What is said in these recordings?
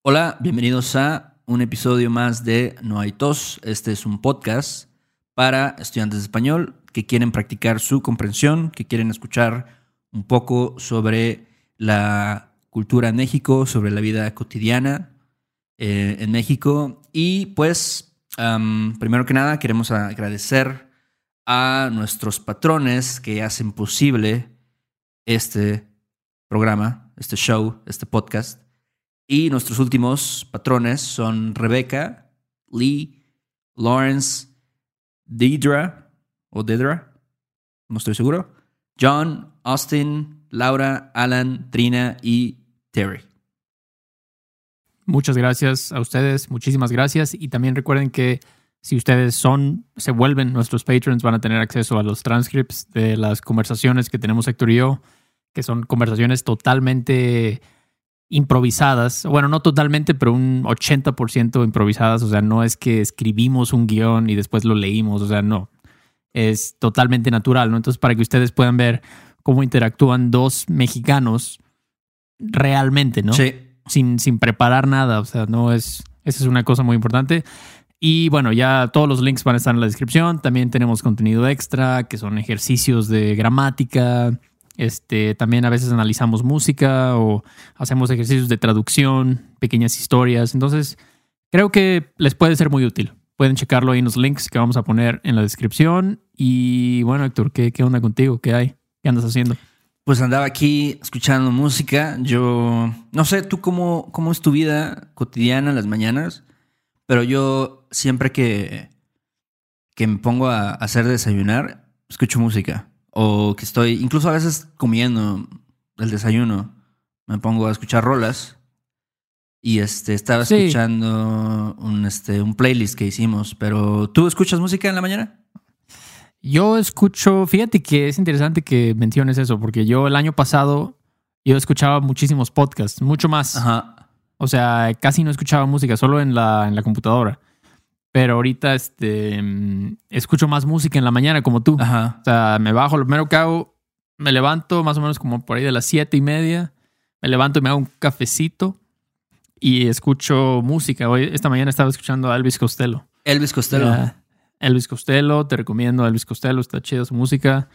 Hola, bienvenidos a un episodio más de No hay tos. Este es un podcast para estudiantes de español que quieren practicar su comprensión, que quieren escuchar un poco sobre la cultura en México, sobre la vida cotidiana en México. Y pues, primero que nada, queremos agradecer a nuestros patrones que hacen posible este programa, este show, este podcast. Y nuestros últimos patrones son Rebeca, Lee, Lawrence, Deidra, no estoy seguro, John, Austin, Laura, Alan, Trina y Terry. Muchas gracias a ustedes, muchísimas gracias. Y también recuerden que si ustedes se vuelven nuestros patrons, van a tener acceso a los transcripts de las conversaciones que tenemos Héctor y yo, que son conversaciones totalmente improvisadas. Bueno, no totalmente, pero un 80% improvisadas. O sea, no es que escribimos un guión y después lo leímos. O sea, no. Es totalmente natural, ¿no? Entonces, para que ustedes puedan ver cómo interactúan dos mexicanos realmente, ¿no? Sí. Sin preparar nada. O sea, esa es una cosa muy importante. Y bueno, ya todos los links van a estar en la descripción. También tenemos contenido extra, que son ejercicios de gramática. También a veces analizamos música o hacemos ejercicios de traducción, pequeñas historias. Entonces, creo que les puede ser muy útil. Pueden checarlo ahí en los links que vamos a poner en la descripción. Y bueno, Héctor, ¿qué onda contigo? ¿Qué hay? ¿Qué andas haciendo? Pues andaba aquí escuchando música. Yo no sé tú cómo es tu vida cotidiana en las mañanas, pero yo siempre que me pongo a hacer desayunar, escucho música. O que estoy, incluso a veces comiendo el desayuno, me pongo a escuchar rolas. Y estaba escuchando un playlist que hicimos. Pero, ¿tú escuchas música en la mañana? Yo escucho, fíjate que es interesante que menciones eso, porque yo el año pasado yo escuchaba muchísimos podcasts, mucho más. Ajá. O sea, casi no escuchaba música, solo en la computadora. Pero ahorita escucho más música en la mañana como tú. Ajá. O sea, me bajo, lo primero que hago, me levanto más o menos como por ahí de las 7:30. Me levanto y me hago un cafecito y escucho música. Esta mañana estaba escuchando a Elvis Costello. Elvis Costello. Elvis Costello, te recomiendo a Elvis Costello, está chida su música.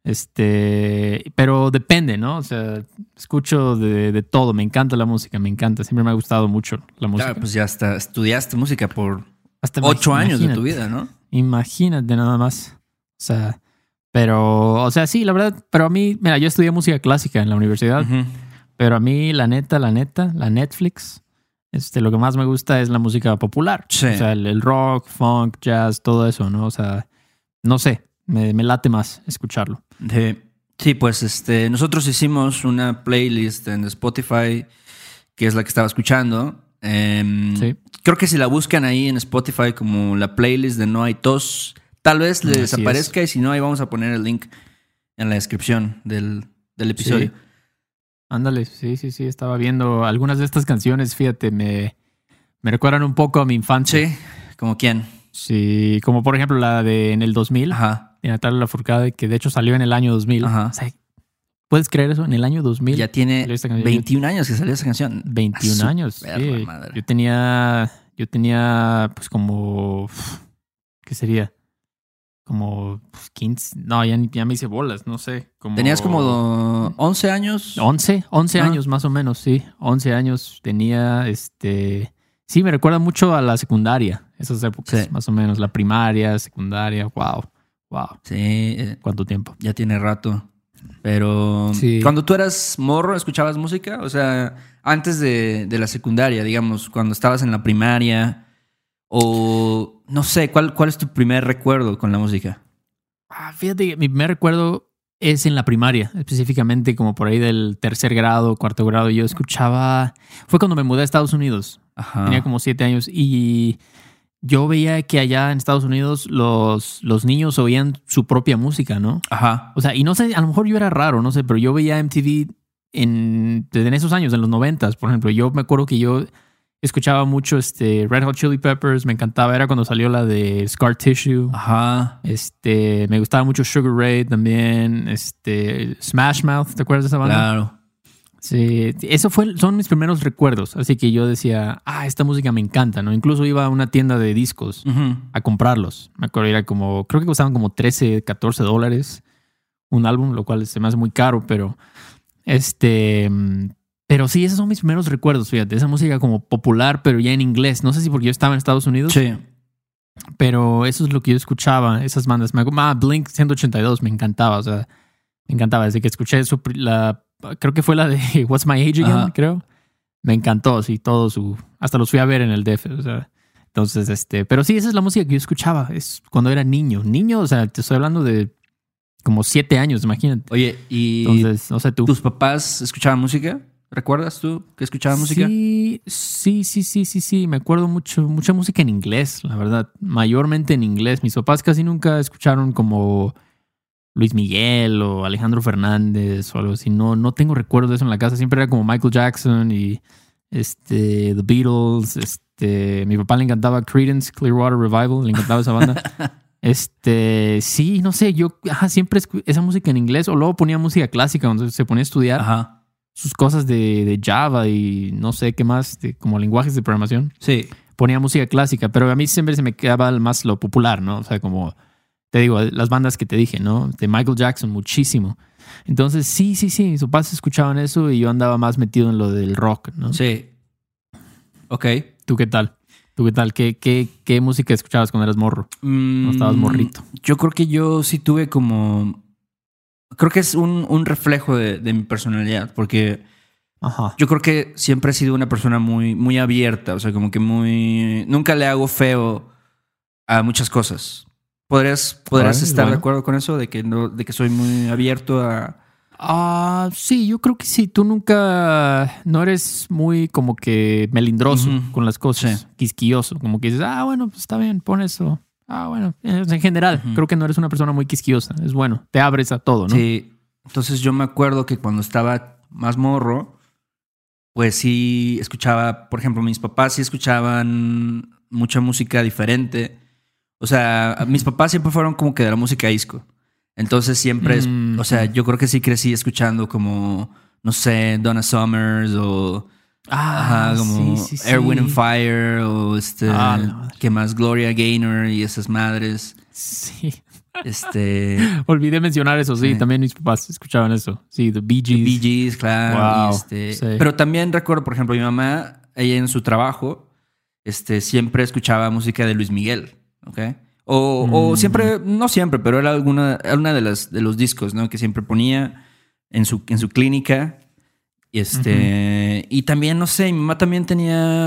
Pero depende, ¿no? O sea, escucho de todo. Me encanta la música, me encanta. Siempre me ha gustado mucho la música. Claro, pues ya hasta estudiaste música por 8 años de tu vida, ¿no? Imagínate nada más. O sea, pero, o sea, sí, la verdad, pero a mí, mira, yo estudié música clásica en la universidad, Uh-huh. pero a mí, la Netflix, lo que más me gusta es la música popular. Sí. O sea, el rock, funk, jazz, todo eso, ¿no? O sea, no sé, me late más escucharlo. Sí, pues nosotros hicimos una playlist en Spotify, que es la que estaba escuchando. Sí. Creo que si la buscan ahí en Spotify como la playlist de No hay tos, tal vez les Así aparezca. Y si no, ahí vamos a poner el link en la descripción del episodio. Sí. Ándale, sí, estaba viendo algunas de estas canciones, fíjate, me recuerdan un poco a mi infancia. Sí, ¿como quién? Sí, como por ejemplo la de en el 2000, Ajá. de Natalia Lafourcade, que de hecho salió en el año 2000. Ajá. O sea, ¿puedes creer eso? En el año 2000. Ya tiene salió esta canción. 21 años que salió esa canción. 21 años, sí. Madre. Yo tenía pues como, ¿qué sería? Como 15, no, ya me hice bolas, no sé. ¿Tenías como 11 años? 11 años más o menos, sí. 11 años tenía, sí, me recuerda mucho a la secundaria, esas épocas, Sí. más o menos, la primaria, secundaria, wow. Sí. ¿Cuánto tiempo? Ya tiene rato. Pero Sí. cuando tú eras morro, ¿escuchabas música? O sea, antes de la secundaria, digamos, cuando estabas en la primaria. O no sé, ¿cuál es tu primer recuerdo con la música? Fíjate que mi primer recuerdo es en la primaria, específicamente como por ahí del 3er grado, 4º grado. Yo escuchaba, fue cuando me mudé a Estados Unidos. Ajá. Tenía como 7 años y yo veía que allá en Estados Unidos los niños oían su propia música, ¿no? Ajá. O sea, y no sé, a lo mejor yo era raro, no sé, pero yo veía MTV desde en esos años, en los 90s, por ejemplo. Yo me acuerdo que yo escuchaba mucho Red Hot Chili Peppers, me encantaba, era cuando salió la de Scar Tissue. Ajá. Me gustaba mucho Sugar Ray también, Smash Mouth, ¿te acuerdas de esa banda? Claro. Sí, son mis primeros recuerdos. Así que yo decía, esta música me encanta, ¿no? Incluso iba a una tienda de discos a comprarlos. Me acuerdo, creo que costaban como $13, $14 un álbum, lo cual se me hace muy caro, pero pero sí, esos son mis primeros recuerdos, fíjate. Esa música como popular, pero ya en inglés. No sé si porque yo estaba en Estados Unidos. Sí. Pero eso es lo que yo escuchaba, esas bandas. Blink 182 me encantaba, o sea, me encantaba. Desde que escuché creo que fue la de What's My Age Again, creo. Me encantó, sí, hasta los fui a ver en el DF, o sea. Entonces, pero sí, esa es la música que yo escuchaba, es cuando era niño. Niño, o sea, te estoy hablando de como 7 años, imagínate. Oye, ¿y entonces, no sé tú? tus papás escuchaban música? ¿Recuerdas tú que escuchaban música? Sí. Me acuerdo mucha música en inglés, la verdad. Mayormente en inglés. Mis papás casi nunca escucharon como Luis Miguel o Alejandro Fernández o algo así. No tengo recuerdo de eso en la casa. Siempre era como Michael Jackson y The Beatles. Mi papá le encantaba Creedence Clearwater Revival. Le encantaba esa banda. Sí, no sé. Yo siempre esa música en inglés. O luego ponía música clásica cuando se ponía a estudiar. Ajá. Sus cosas de Java y no sé qué más, como lenguajes de programación. Sí. Ponía música clásica, pero a mí siempre se me quedaba más lo popular, ¿no? O sea, como te digo, las bandas que te dije, ¿no? De Michael Jackson, muchísimo. Entonces, sí, mis papás escuchaban eso y yo andaba más metido en lo del rock, ¿no? Sí. Ok. ¿Tú qué tal? ¿Qué música escuchabas cuando eras morro? ¿No estabas morrito? Yo creo que yo sí tuve como... Creo que es un reflejo de mi personalidad, porque yo creo que siempre he sido una persona muy, muy abierta, o sea, como que nunca le hago feo a muchas cosas. ¿Podrías estar de acuerdo con eso? De que soy muy abierto a... Sí, yo creo que sí. Tú nunca... No eres muy como que melindroso con las cosas. Sí. Quisquilloso. Como que dices, bueno, pues está bien, pon eso. Bueno, en general, creo que no eres una persona muy quisquillosa. Es bueno, te abres a todo, ¿no? Sí, entonces yo me acuerdo que cuando estaba más morro, pues sí escuchaba, por ejemplo, mis papás sí escuchaban mucha música diferente. O sea, mis papás siempre fueron como que de la música disco. Entonces siempre o sea, yo creo que sí crecí escuchando como, no sé, Donna Summers o... como Air, Wind and Fire o ¿qué más? Gloria Gaynor y esas madres. Sí. Olvidé mencionar eso, sí. También mis papás escuchaban eso. Sí, The Bee Gees. The Bee Gees, claro. Wow. Sí. Pero también recuerdo, por ejemplo, mi mamá, ella en su trabajo, siempre escuchaba música de Luis Miguel, ¿ok? O siempre, no siempre, pero era una de los discos, ¿no? Que siempre ponía en su clínica. Y también, no sé, mi mamá también tenía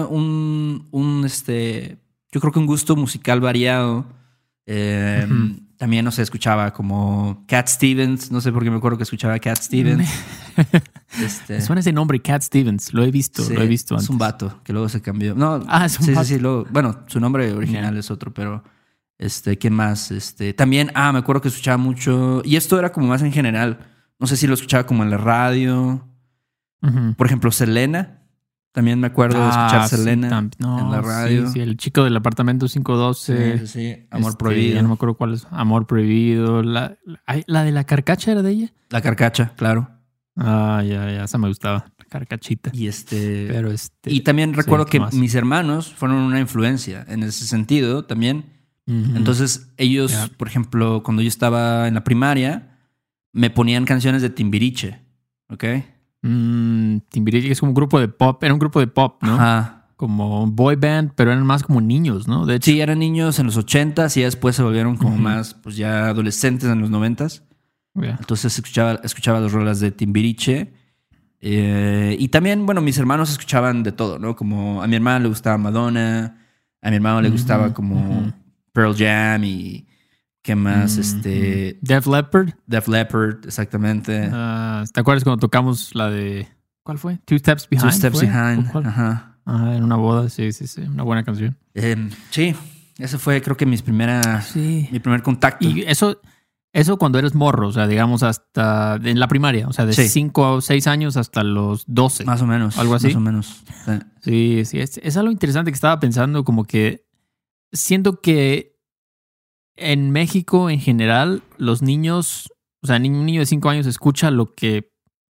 yo creo que un gusto musical variado. También, no sé, escuchaba como Cat Stevens. No sé por qué me acuerdo que escuchaba Cat Stevens. Me suena ese nombre, Cat Stevens. Lo he visto antes. Es un vato que luego se cambió. No, es un vato. Sí. Bueno, su nombre original es otro, pero ¿quién más? También, me acuerdo que escuchaba mucho. Y esto era como más en general. No sé si lo escuchaba como en la radio. Por ejemplo, Selena. También me acuerdo de escuchar Selena en la radio. Sí, el chico del apartamento 512. Sí. Amor Prohibido. No me acuerdo cuál es. Amor Prohibido. ¿La de la carcacha era de ella? La carcacha, claro. Ya, esa me gustaba. La carcachita. Y también recuerdo que mis hermanos fueron una influencia en ese sentido también. Entonces ellos, por ejemplo, cuando yo estaba en la primaria, me ponían canciones de Timbiriche, ¿ok? Timbiriche es como un grupo de pop. Era un grupo de pop, ¿no? Ajá. Como boy band, pero eran más como niños, ¿no? De hecho. Sí, eran niños en los 80s y después se volvieron como más, pues ya adolescentes en los 90s. Entonces escuchaba las rolas de Timbiriche. Y también, bueno, mis hermanos escuchaban de todo, ¿no? Como a mi hermano le gustaba Madonna, a mi hermano le gustaba como Pearl Jam y... ¿Qué más? Def Leppard. Def Leppard, exactamente. ¿Te acuerdas cuando tocamos la de... ¿Cuál fue? Two Steps Behind. Two Steps Behind. Ajá. En una boda, sí. Una buena canción. Sí, ese fue creo que mi primer contacto. Y eso cuando eres morro, o sea, digamos hasta en la primaria, o sea, de 5 o 6 años hasta los 12. Más o menos. Algo así. Más o menos. Sí. Es algo interesante que estaba pensando, como que siento que en México, en general, los niños, o sea, un niño de 5 años escucha lo que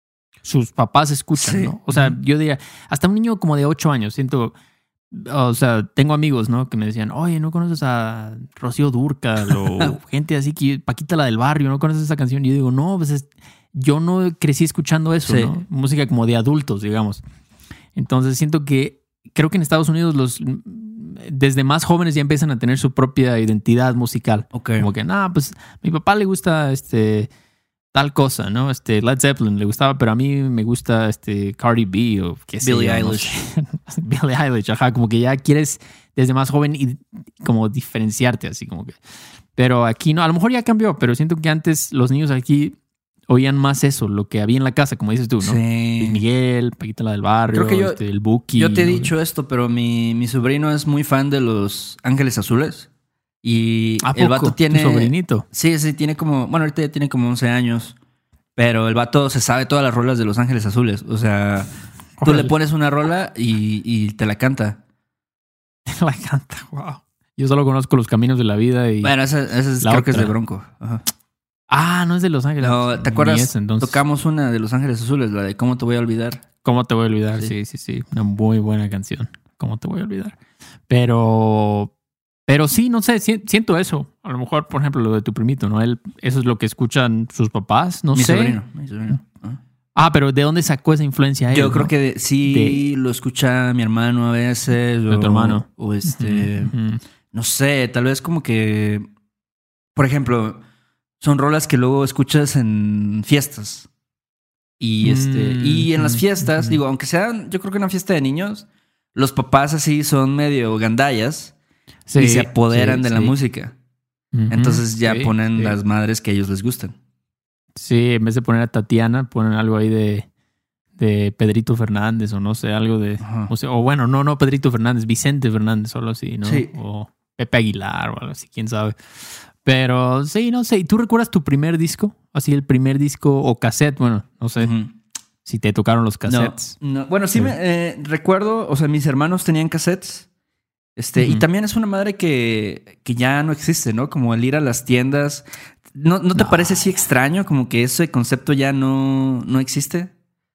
sus papás escuchan, Sí. ¿no? O sea, yo diría, hasta un niño como de 8 años, siento, o sea, tengo amigos, ¿no? Que me decían, oye, ¿no conoces a Rocío Dúrcal o gente así que Paquita la del barrio, ¿no conoces esa canción? Y yo digo, no, pues yo no crecí escuchando eso, Sí. ¿no? Música como de adultos, digamos. Entonces siento que creo que en Estados Unidos desde más jóvenes ya empiezan a tener su propia identidad musical. Ok. Como que, pues a mi papá le gusta tal cosa, ¿no? Led Zeppelin le gustaba, pero a mí me gusta Cardi B o qué sé Billie yo, no Eilish. sé. Billie Eilish, ajá, como que ya quieres desde más joven y como diferenciarte así como que. Pero aquí no, a lo mejor ya cambió, pero siento que antes los niños aquí oían más eso, lo que había en la casa, como dices tú, ¿no? Luis Sí. Miguel, Paquita la del barrio, Creo que el Buki. Yo te he ¿no? dicho esto, pero mi sobrino es muy fan de Los Ángeles Azules. Y ¿A el poco? vato ¿Tu tiene... sobrinito? Sí, tiene como... Bueno, ahorita ya tiene como 11 años. Pero el vato se sabe todas las rolas de Los Ángeles Azules. O sea, tú le Órale. pones una rola y te la canta. La canta, wow. Yo solo conozco Los Caminos de la Vida y... Bueno, esa La creo que es de otra. Bronco. Ajá. no es de Los Ángeles. No, ¿te Ni acuerdas? esa, entonces. Tocamos una de Los Ángeles Azules, la de ¿Cómo te voy a olvidar? ¿Cómo te voy a olvidar? Sí. Sí. Una muy buena canción. ¿Cómo te voy a olvidar? Pero sí, no sé, siento eso. A lo mejor, por ejemplo, lo de tu primito, ¿no? Eso es lo que escuchan sus papás, no Mi sé. sobrino. Ajá. Pero ¿de dónde sacó esa influencia él? Yo creo ¿no? que sí lo escucha mi hermano a veces. De tu hermano. O Ujú. no sé, tal vez como que, por ejemplo, son rolas que luego escuchas en fiestas. Y y en las fiestas, Ujú. digo, aunque sean, yo creo que una fiesta de niños, los papás así son medio gandallas Sí, y se apoderan de la sí. música. Ujú. Entonces ya Sí, ponen sí. las madres que a ellos les gustan. Sí, en vez de poner a Tatiana, ponen algo ahí de Pedrito Fernández o no sé, algo de... Ajá. O bueno, no Pedrito Fernández, Vicente Fernández, solo así, ¿no? Sí. O Pepe Aguilar o algo así, quién sabe. Pero sí, no sé. ¿Y tú recuerdas tu primer disco? Así el primer disco o cassette, bueno, no sé Ujú. si te tocaron los cassettes. No. Bueno, sí Sí. recuerdo, o sea, mis hermanos tenían cassettes. Y Ujú. también es una madre que ya no existe, ¿no? Como el ir a las tiendas. ¿No te No. parece así extraño? Como que ese concepto ya no existe.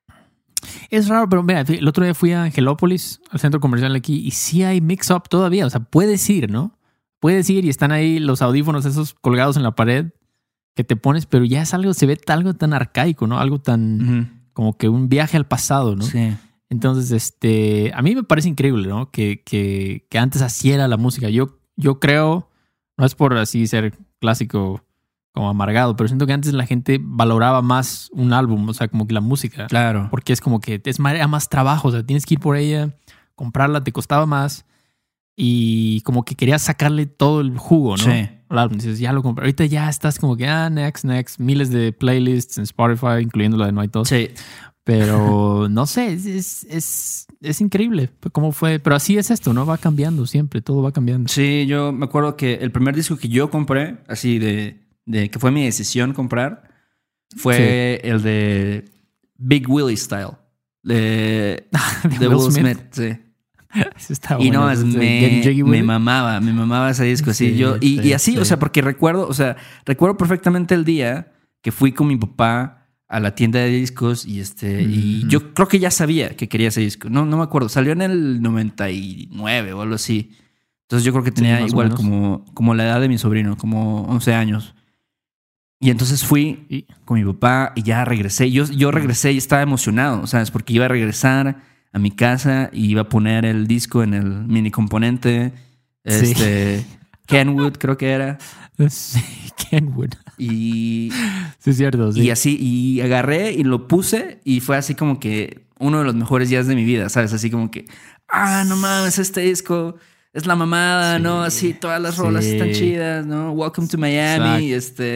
Es raro, pero mira, el otro día fui a Angelópolis, al centro comercial aquí, y sí hay mix-up todavía. O sea, puedes ir, ¿no? Puedes ir y están ahí los audífonos esos colgados en la pared que te pones, pero ya es algo, se ve algo tan arcaico, ¿no? Algo tan Ujú. como que un viaje al pasado, ¿no? Sí. Entonces, a mí me parece increíble, ¿no? Que antes así era la música. Yo creo, no es por así ser clásico como amargado, pero siento que antes la gente valoraba más un álbum, o sea, como que la música. Claro. Porque es como que era más trabajo, o sea, tienes que ir por ella, comprarla, te costaba más y como que querías sacarle todo el jugo, ¿no? Sí. Al álbum. Dices, ya lo compré. Ahorita ya estás como que, next, miles de playlists en Spotify, incluyendo la de No Hay Tos. Sí. Pero no sé, es increíble cómo fue. Pero así es esto, ¿no? Va cambiando siempre, todo va cambiando. Sí, yo me acuerdo que el primer disco que yo compré, así de que fue mi decisión comprar, fue el de Big Willie Style. De Will Will Smith. Smith, sí. Ese está Y bueno, no, ese de Getting Jiggy With me It. mamaba ese disco así. Sí, Yo, y sí, así, sí. o sea, porque recuerdo perfectamente el día que fui con mi papá a la tienda de discos y y Ujú. yo creo que ya sabía que quería ese disco. No me acuerdo. Salió en el 99 o algo así. Entonces yo creo que tenía más o igual menos. como la edad de mi sobrino, como 11 años. Y entonces fui Y- con mi papá y ya regresé. Yo regresé y estaba emocionado, ¿sabes? Porque iba a regresar a mi casa y iba a poner el disco en el mini componente. Sí. Kenwood creo que era. Sí, Kenwood. Y, Sí, es cierto. Sí. y así, y agarré y lo puse y fue así como que uno de los mejores días de mi vida, ¿sabes? Así como que, no mames, este disco es la mamada, Sí, ¿no? Así, todas las rolas sí. están chidas, ¿no? Welcome to Miami,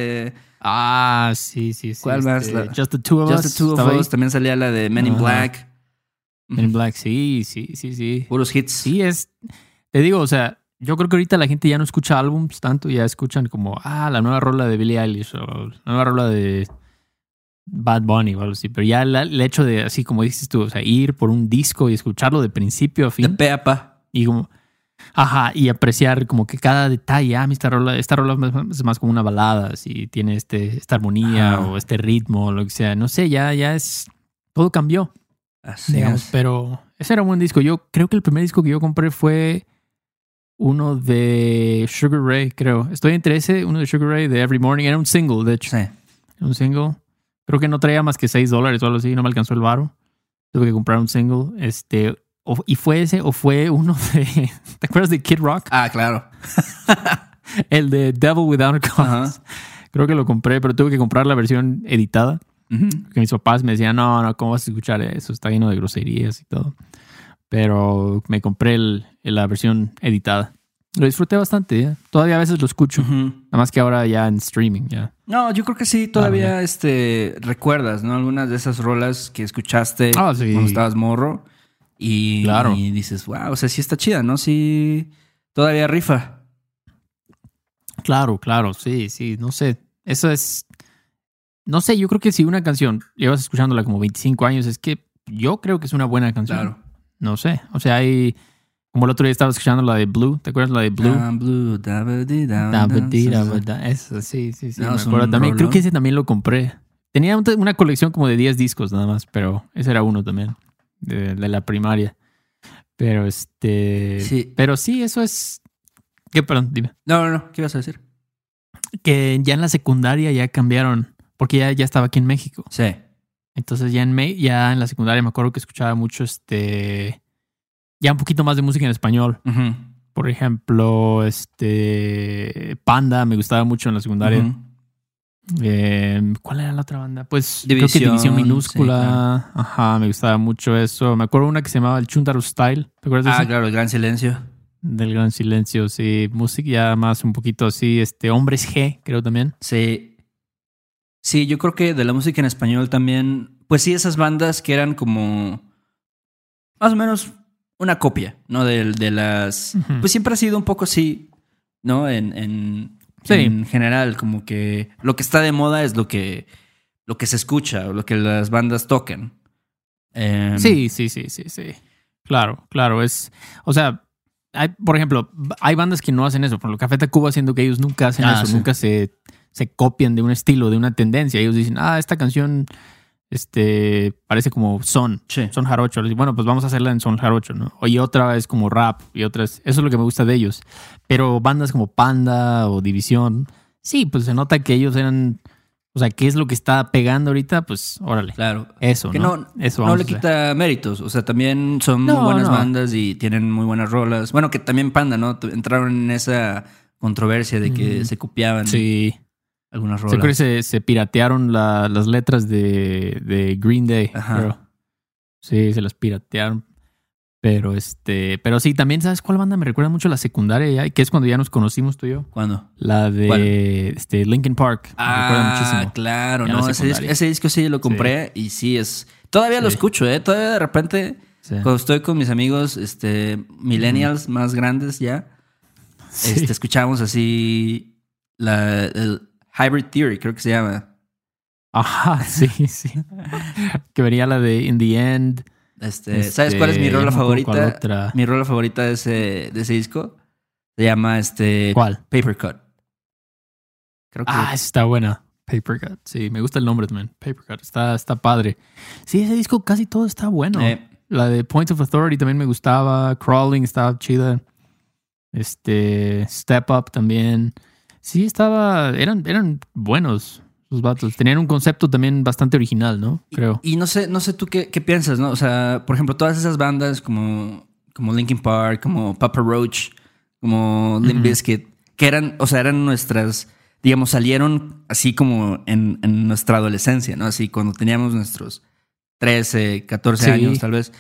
Sí. ¿Cuál más? Just the Two of Just Us. the Two of estaba ahí. Us, también salía la de Men in Ajá. Black. Men in Black, sí. Puros hits. Sí, te digo, o sea, yo creo que ahorita la gente ya no escucha álbums tanto, ya escuchan como, la nueva rola de Billie Eilish o la nueva rola de Bad Bunny o algo así. Pero ya el hecho de, así como dices tú, o sea, ir por un disco y escucharlo de principio a De fin pe a pa. y como, y apreciar como que cada detalle, esta rola es más como una balada, si tiene esta armonía Ajá. o este ritmo o lo que sea. No sé, ya es todo cambió, Así digamos. es. Pero ese era un buen disco. Yo creo que el primer disco que yo compré fue uno de Sugar Ray, creo. Estoy entre ese, uno de Sugar Ray, de Every Morning. Era un single, de hecho. Sí. Un single. Creo que no traía más que $6 o algo así. No me alcanzó el varo. Tuve que comprar un single. ¿Y fue ese o fue uno de... ¿Te acuerdas de Kid Rock? Ah, claro. El de Devil Without a Cause. Ajá. Creo que lo compré, pero tuve que comprar la versión editada. Ujú. Que mis papás me decían, no, ¿cómo vas a escuchar eso? Está lleno de groserías y todo. Pero me compré la versión editada. Lo disfruté bastante, ¿ya? Todavía a veces lo escucho. Ujú. Nada más que ahora ya en streaming, ya. No, yo creo que sí, todavía recuerdas, ¿no? Algunas de esas rolas que escuchaste Ah, sí. cuando estabas morro Claro. y dices, wow, o sea, sí está chida, ¿no? Sí, todavía rifa. Claro, sí, no sé. Eso es... No sé, yo creo que si una canción llevas escuchándola como 25 años, es que yo creo que es una buena canción. Claro. No sé. O sea, hay... Como el otro día estaba escuchando la de Blue. ¿Te acuerdas la de Blue? Blue, Eso, sí. No, Me es acuerdo un también. Creo rolón. que ese también lo compré. Tenía una colección como de 10 discos nada más, pero ese era uno también. De la primaria. Pero Sí. Pero sí, eso es... ¿Qué? Perdón, dime. No, ¿qué ibas a decir? Que ya en la secundaria ya cambiaron. Porque ya estaba aquí en México. Sí. Entonces ya en la secundaria me acuerdo que escuchaba mucho ya un poquito más de música en español. Ujú. Por ejemplo, Panda me gustaba mucho en la secundaria. Ujú. ¿Cuál era la otra banda? Pues División, creo que División Minúscula. sí, claro. Ajá, me gustaba mucho eso. Me acuerdo una que se llamaba El Chuntaro Style. ¿Te acuerdas de Ah, esa? claro, el gran silencio. Del Gran Silencio, sí. Música ya más un poquito así. Hombres G, creo también. Sí. Sí, yo creo que de la música en español también, pues sí, esas bandas que eran como más o menos una copia, ¿no? De las... Ujú. Pues siempre ha sido un poco así, ¿no? Sí. En general, como que lo que está de moda es lo que se escucha o lo que las bandas tocan. Sí. Claro. O sea, por ejemplo, hay bandas que no hacen eso. Por ejemplo, Café Tacuba, haciendo que ellos nunca hacen eso, sí. nunca se copian de un estilo, de una tendencia. Ellos dicen, esta canción parece como son Sí. jarocho. Bueno, pues vamos a hacerla en son jarocho, ¿no? Y otra es como rap y otra es... Eso es lo que me gusta de ellos. Pero bandas como Panda o División, sí, pues se nota que ellos eran... O sea, ¿qué es lo que está pegando ahorita? Pues, órale. Claro. Eso, Que ¿no? Eso no vamos le a hacer. quita méritos. O sea, también son muy No, buenas no. bandas y tienen muy buenas rolas. Bueno, que también Panda, ¿no? Entraron en esa controversia de que se copiaban Sí. algunas Se creo rolas. que se piratearon las letras de Green Day. Ajá. Creo. Sí, se las piratearon. Pero pero sí, también, ¿sabes cuál banda me recuerda mucho a la secundaria ya? Que es cuando ya nos conocimos tú y yo. ¿Cuándo? La de Linkin Park. Me recuerda muchísimo. Claro, Ya en la no, secundaria. ese disco sí lo compré y sí es... Todavía lo Sí. escucho, ¿eh? Todavía de repente, Sí. cuando estoy con mis amigos millennials más grandes ya, Sí. escuchamos así el Hybrid Theory, creo que se llama. Ajá, sí. Que venía la de In the End. ¿Sabes cuál es mi rola no me acuerdo cuál favorita? otra. Mi rola favorita de ese disco se llama ¿Cuál? Paper Cut. Creo que Está buena. Paper Cut. Sí, me gusta el nombre también. Paper Cut. Está padre. Sí, ese disco casi todo está bueno. La de Points of Authority también me gustaba. Crawling estaba chida. Step Up también. Sí, eran buenos sus vatos. Tenían un concepto también bastante original, ¿no? Creo. Y no sé tú qué piensas, ¿no? O sea, por ejemplo, todas esas bandas como Linkin Park, como Papa Roach, como Limp Bizkit, que eran nuestras, digamos, salieron así como en nuestra adolescencia, ¿no? Así cuando teníamos nuestros 13, 14 Sí. años, tal vez.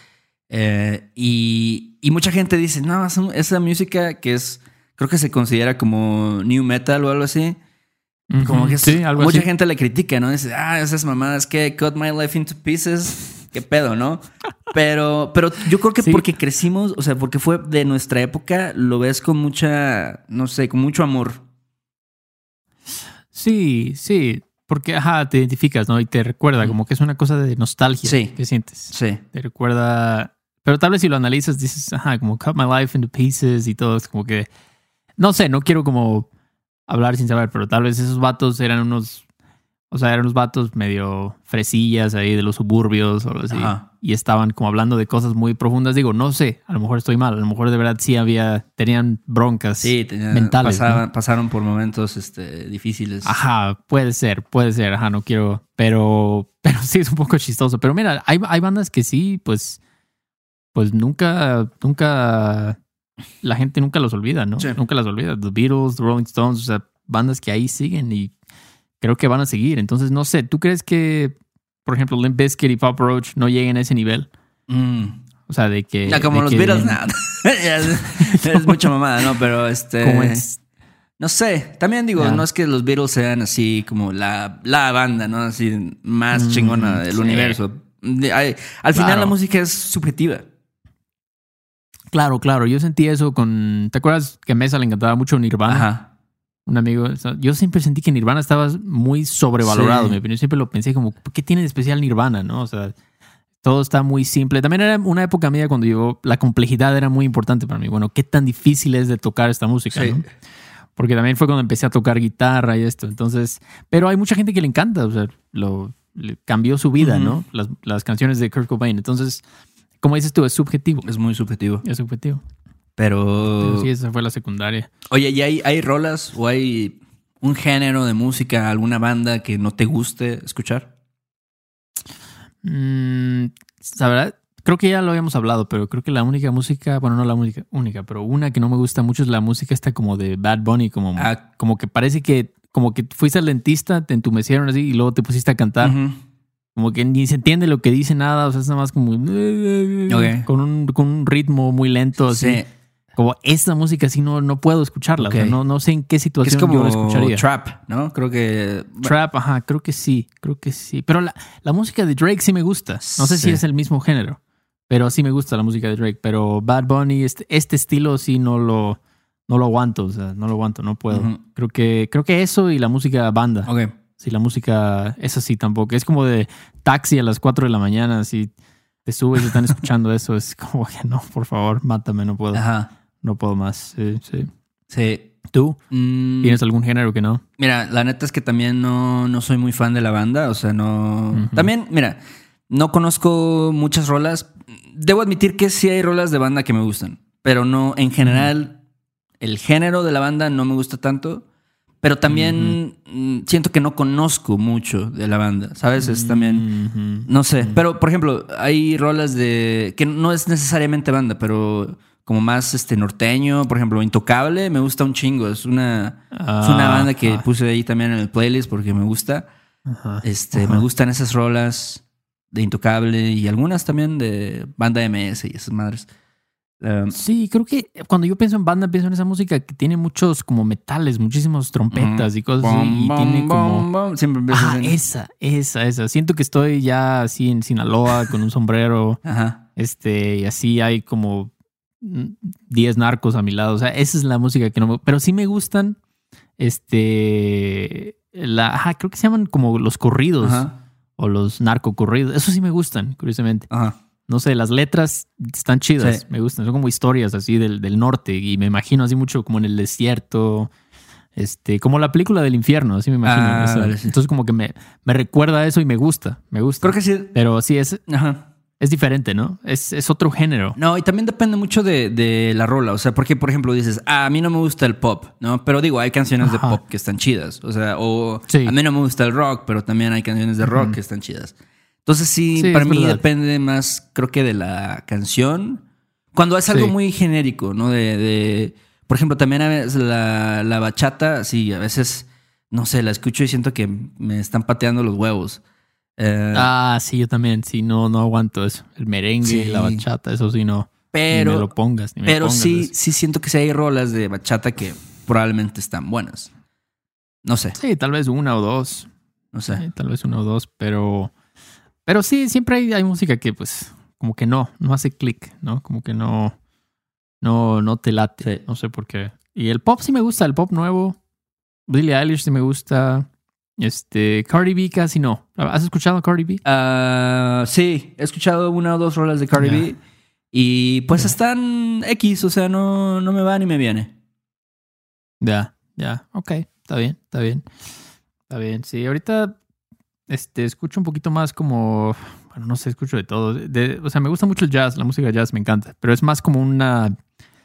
Y mucha gente dice, no, esa música que creo que se considera como new metal o algo así. Como que sí, algo mucha así. gente le critica, ¿no? Dice, esas mamadas que cut my life into pieces. Qué pedo, ¿no? Pero yo creo que Sí. porque crecimos, o sea, porque fue de nuestra época, lo ves con mucha, no sé, con mucho amor. Sí. Porque, te identificas, ¿no? Y te recuerda, como que es una cosa de nostalgia. Sí. que sientes. Sí. Te recuerda... Pero tal vez si lo analizas, dices, como cut my life into pieces y todo. Es como que... No sé, no quiero como hablar sin saber, pero tal vez esos vatos eran unos... O sea, eran unos vatos medio fresillas ahí de los suburbios o algo así. Ajá. Y estaban como hablando de cosas muy profundas. Digo, no sé, a lo mejor estoy mal. A lo mejor de verdad sí tenían broncas Sí, mentales. ¿No? pasaron por momentos difíciles. Ajá, puede ser. Ajá, no quiero... Pero sí es un poco chistoso. Pero mira, hay bandas que sí, pues nunca la gente nunca los olvida, ¿no? Sí. Nunca las olvida. The Beatles, The Rolling Stones, o sea, bandas que ahí siguen y creo que van a seguir. Entonces, no sé, ¿tú crees que, por ejemplo, Limp Bizkit y Papa Roach no lleguen a ese nivel? O sea, de que... Ya, como de los que Beatles, nada. Es mucha mamada, ¿no? Pero ¿Cómo es? no sé. También digo, Ya. no es que los Beatles sean así como la banda, ¿no? Así más chingona del sí. universo. Al final Claro. la música es subjetiva. Claro. Yo sentí eso con... ¿Te acuerdas que a Mesa le encantaba mucho Nirvana? Ajá. Un amigo... Yo siempre sentí que Nirvana estaba muy sobrevalorado, Sí. en mi opinión. Siempre lo pensé como, ¿qué tiene de especial Nirvana, no? O sea, todo está muy simple. También era una época mía cuando yo... La complejidad era muy importante para mí. Bueno, ¿qué tan difícil es de tocar esta música, Sí. no? Porque también fue cuando empecé a tocar guitarra y esto. Entonces... Pero hay mucha gente que le encanta. O sea, le cambió su vida, ¿no? Las canciones de Kurt Cobain. Entonces... Como dices tú, es subjetivo. Es muy subjetivo. Es subjetivo. Pero Pero sí, esa fue la secundaria. oye, ¿y hay rolas o hay un género de música, alguna banda que no te guste escuchar? La verdad, creo que ya lo habíamos hablado, pero creo que la única música, bueno, no la única, pero una que no me gusta mucho es la música esta como de Bad Bunny, como que parece que como que fuiste al dentista, te entumecieron así y luego te pusiste a cantar. Ujú. Como que ni se entiende lo que dice nada, o sea, es nada más como Ok. con un ritmo muy lento, así. Sí. Como esta música así no puedo escucharla, Ok. o sea, no sé en qué Que situación es como yo la escucharía. trap, ¿no? Creo que... Trap, ajá, creo que sí. Pero la música de Drake sí me gusta. No sé si Sí. es el mismo género, pero sí me gusta la música de Drake. Pero Bad Bunny, este estilo sí no lo aguanto, o sea, no lo aguanto, no puedo. Ujú. Creo que eso y la música banda. Ok. Sí, la música, esa sí tampoco. Es como de taxi a las 4 de la mañana, así te subes y están escuchando eso. Es como que no, por favor, mátame, no puedo. Ajá. No puedo más. Sí. Sí. ¿Tú? Mm, ¿Tienes algún género que no? Mira, la neta es que también no soy muy fan de la banda. O sea, no... Ujú. También, mira, no conozco muchas rolas. Debo admitir que sí hay rolas de banda que me gustan. Pero no, en general, el género de la banda no me gusta tanto. Pero también siento que no conozco mucho de la banda, ¿sabes? Es también... No sé. Pero, por ejemplo, hay rolas de... que no es necesariamente banda, pero como más norteño. Por ejemplo, Intocable me gusta un chingo. Es una banda que puse ahí también en el playlist porque me gusta. Ajá. Me gustan esas rolas de Intocable y algunas también de Banda MS y esas madres. Sí, creo que cuando yo pienso en banda, pienso en esa música que tiene muchos como metales, muchísimas trompetas y cosas así. Y tiene como... Siempre empiezo Ah, esa. Siento que estoy ya así en Sinaloa con un sombrero. Ajá. Y así hay como 10 narcos a mi lado. O sea, esa es la música que no me... Pero sí me gustan, creo que se llaman como los corridos. Ajá. O los narcocorridos. Eso sí me gustan, curiosamente. Ajá. No sé, las letras están chidas, Sí. me gustan. Son como historias así del norte y me imagino así mucho como en el desierto, como la película del infierno, así me imagino. Ah, Esa. vale, sí. Entonces como que me recuerda a eso y me gusta. Creo que sí. Pero sí, es Ajá. diferente, ¿no? Es otro género. No, y también depende mucho de la rola. O sea, porque, por ejemplo, dices, a mí no me gusta el pop, ¿no? Pero digo, hay canciones de Ajá. pop que están chidas. O sea, Sí. a mí no me gusta el rock, pero también hay canciones de rock que están chidas. Entonces, sí, Sí, para es mí verdad. depende más, creo que de la canción. Cuando es algo Sí. muy genérico, ¿no? Por ejemplo, también a veces la bachata, sí, a veces, no sé, la escucho y siento que me están pateando los huevos. Sí, yo también. Sí, no aguanto eso. El merengue, Sí. la bachata, eso sí no. Pero, ni me lo pongas, ni me pero pongas sí, eso. sí siento que sí hay rolas de bachata que probablemente están buenas. No sé, Sí, tal vez una o dos. no sé. Sí, tal vez uno o dos, pero sí, siempre hay música que pues como que no hace clic, ¿no? Como que no te late. Sí. No sé por qué. Y el pop sí me gusta, el pop nuevo. Billie Eilish sí me gusta. Cardi B casi no. ¿Has escuchado a Cardi B? Sí, he escuchado una o dos rolas de Cardi B y pues están X, o sea, no me va ni me viene. Ya. Ok, está bien. Sí, ahorita Escucho un poquito más como... Bueno, no sé, escucho de todo. O sea, me gusta mucho el jazz, la música de jazz me encanta. Pero es más como una...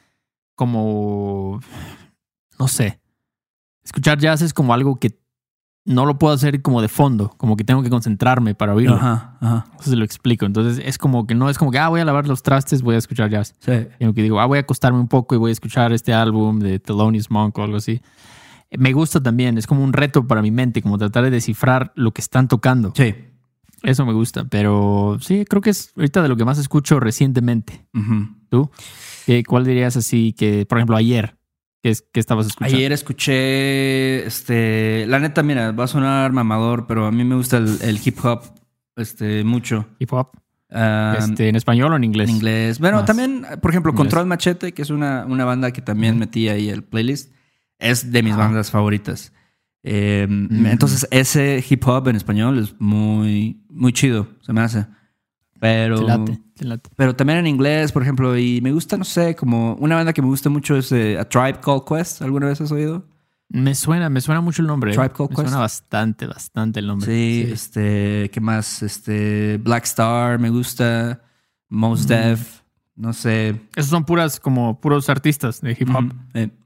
Como... No sé. Escuchar jazz es como algo que no lo puedo hacer como de fondo. Como que tengo que concentrarme para oírlo. Ajá. Entonces lo explico. Entonces es como que no es como que, voy a lavar los trastes, voy a escuchar jazz. Sí. Sino que digo, voy a acostarme un poco y voy a escuchar este álbum de Thelonious Monk o algo así. Me gusta también, es como un reto para mi mente, como tratar de descifrar lo que están tocando. Sí. Eso me gusta, pero sí, creo que es ahorita de lo que más escucho recientemente. Uh-huh. ¿Tú? ¿Cuál dirías así que, por ejemplo, ayer, qué estabas escuchando? Ayer escuché, la neta, mira, va a sonar mamador, pero a mí me gusta el hip hop, mucho. ¿Hip hop? ¿En español o en inglés? En inglés. Bueno, Más. también, por ejemplo, Inglés. Control Machete, que es una banda que también metí ahí el playlist, es de mis bandas favoritas. Entonces, ese hip hop en español es muy, muy chido, se me hace. Pero, Te late. pero también en inglés, por ejemplo, y me gusta, no sé, como una banda que me gusta mucho es A Tribe Called Quest. ¿Alguna vez has oído? Me suena mucho el nombre. Tribe Called Me Quest. suena bastante el nombre. Sí, ¿qué más? Black Star me gusta, Mos Def, no sé. Esos son puros artistas de hip hop.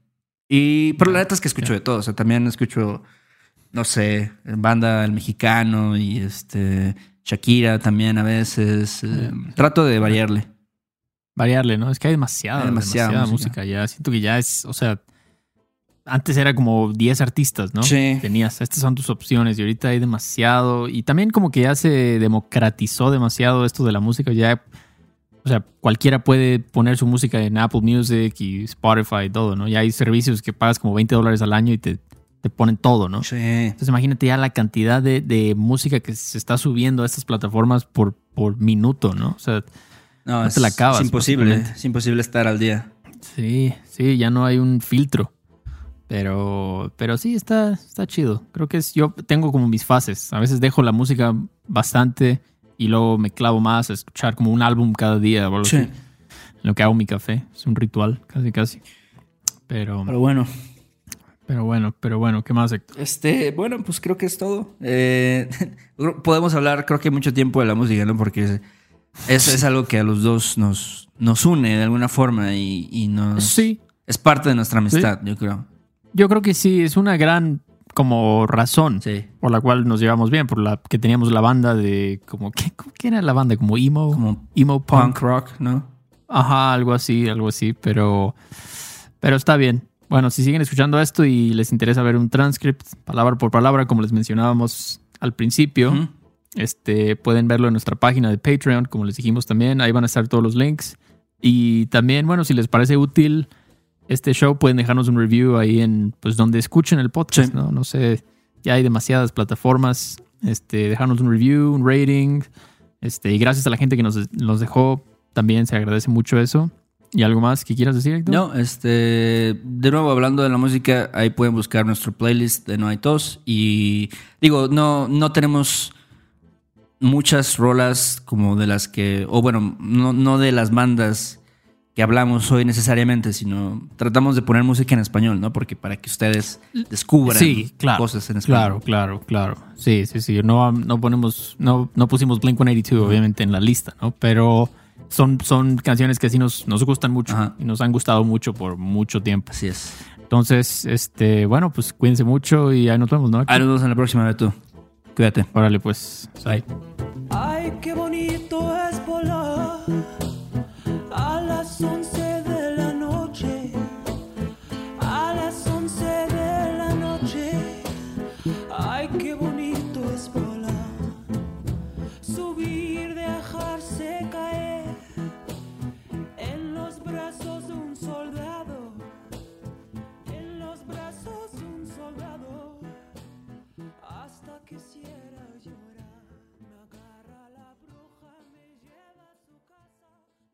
Pero la neta es que escucho de todo. O sea, también escucho, no sé, banda El Mexicano y Shakira también a veces. Trato de variarle. Variarle, ¿no? Es que hay demasiada música ya. Siento que ya es, o sea, antes era como 10 artistas, ¿no? Sí. Tenías, estas son tus opciones y ahorita hay demasiado. Y también como que ya se democratizó demasiado esto de la música. Ya, o sea, cualquiera puede poner su música en Apple Music y Spotify y todo, ¿no? Ya hay servicios que pagas como $20 al año y te ponen todo, ¿no? Sí. Entonces imagínate ya la cantidad de música que se está subiendo a estas plataformas por minuto, ¿no? O sea, no te la acabas. Es imposible estar al día. Sí, ya no hay un filtro. Pero sí, está chido. Creo que yo tengo como mis fases. A veces dejo la música bastante y luego me clavo más a escuchar como un álbum cada día o algo así. En lo que hago mi café. Es un ritual, casi. Pero bueno. Pero bueno, ¿qué más, Héctor? Bueno, pues creo que es todo. Podemos hablar, creo que mucho tiempo de la música, ¿no? Porque es algo que a los dos nos une de alguna forma y nos... Sí. Es parte de nuestra amistad, yo creo. Yo creo que sí, es una gran como razón por la cual nos llevamos bien, por la que teníamos la banda de como ¿qué era la banda? Como emo punk rock, ¿no? Ajá, algo así, pero está bien. Bueno, si siguen escuchando esto y les interesa ver un transcript palabra por palabra, como les mencionábamos al principio, pueden verlo en nuestra página de Patreon, como les dijimos también, ahí van a estar todos los links. Y también, bueno, si les parece útil este show, pueden dejarnos un review ahí en pues donde escuchen el podcast, ¿no? No sé, ya hay demasiadas plataformas. Dejarnos un review, un rating. Y gracias a la gente que nos dejó, también se agradece mucho eso. ¿Y algo más que quieras decir, Héctor? No, de nuevo, hablando de la música, ahí pueden buscar nuestro playlist de No Hay Tos. Y digo, no tenemos muchas rolas como de las que, o bueno, no de las bandas que hablamos hoy necesariamente, sino tratamos de poner música en español, ¿no? Porque para que ustedes descubran cosas en español. Claro. Sí. No pusimos Blink-182, obviamente, en la lista, ¿no? Pero son canciones que sí nos gustan mucho. Ajá. Y nos han gustado mucho por mucho tiempo. Así es. Entonces, bueno, pues cuídense mucho y ahí nos vemos, ¿no? Ahí nos vemos en la próxima, Beto. Cuídate. Órale, pues. Bye. Ay, qué bonito es volar a las 11 de la noche, a las 11 de la noche. Ay, qué bonito es volar, subir, dejarse caer en los brazos de un soldado, en los brazos de un soldado, hasta que quisiera llorar. Me agarra la bruja, me lleva a su casa.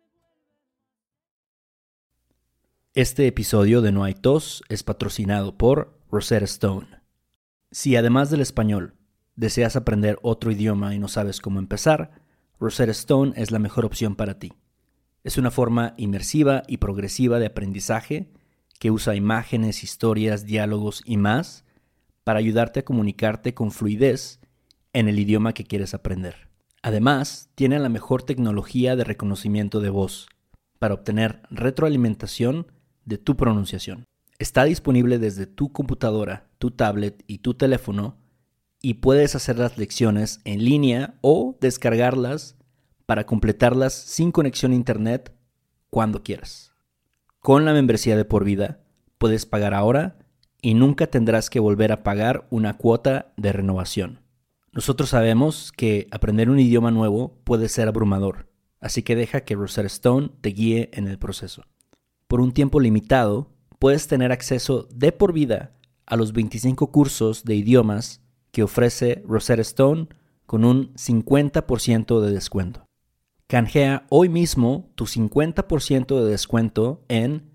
Este episodio de No Hay Tos es patrocinado por Rosetta Stone. Si además del español deseas aprender otro idioma y no sabes cómo empezar, Rosetta Stone es la mejor opción para ti. Es una forma inmersiva y progresiva de aprendizaje que usa imágenes, historias, diálogos y más para ayudarte a comunicarte con fluidez en el idioma que quieres aprender. Además, tiene la mejor tecnología de reconocimiento de voz para obtener retroalimentación de tu pronunciación. Está disponible desde tu computadora, tu tablet y tu teléfono y puedes hacer las lecciones en línea o descargarlas para completarlas sin conexión a internet cuando quieras. Con la membresía de por vida, puedes pagar ahora y nunca tendrás que volver a pagar una cuota de renovación. Nosotros sabemos que aprender un idioma nuevo puede ser abrumador, así que deja que Rosetta Stone te guíe en el proceso. Por un tiempo limitado, puedes tener acceso de por vida a los 25 cursos de idiomas que ofrece Rosetta Stone con un 50% de descuento. Canjea hoy mismo tu 50% de descuento en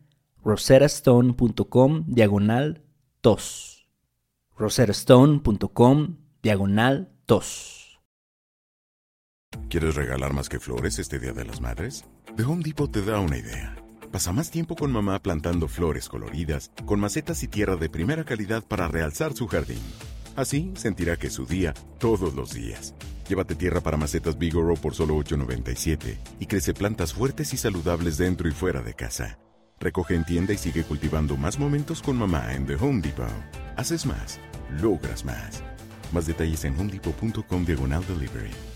rosettastone.com/tos. rosettastone.com/tos. ¿Quieres regalar más que flores este Día de las Madres? The Home Depot te da una idea. Pasa más tiempo con mamá plantando flores coloridas, con macetas y tierra de primera calidad para realzar su jardín. Así sentirá que es su día todos los días. Llévate tierra para macetas Bigoro por solo $8.97 y crece plantas fuertes y saludables dentro y fuera de casa. Recoge en tienda y sigue cultivando más momentos con mamá en The Home Depot. Haces más, logras más. Más detalles en homedepot.com/delivery.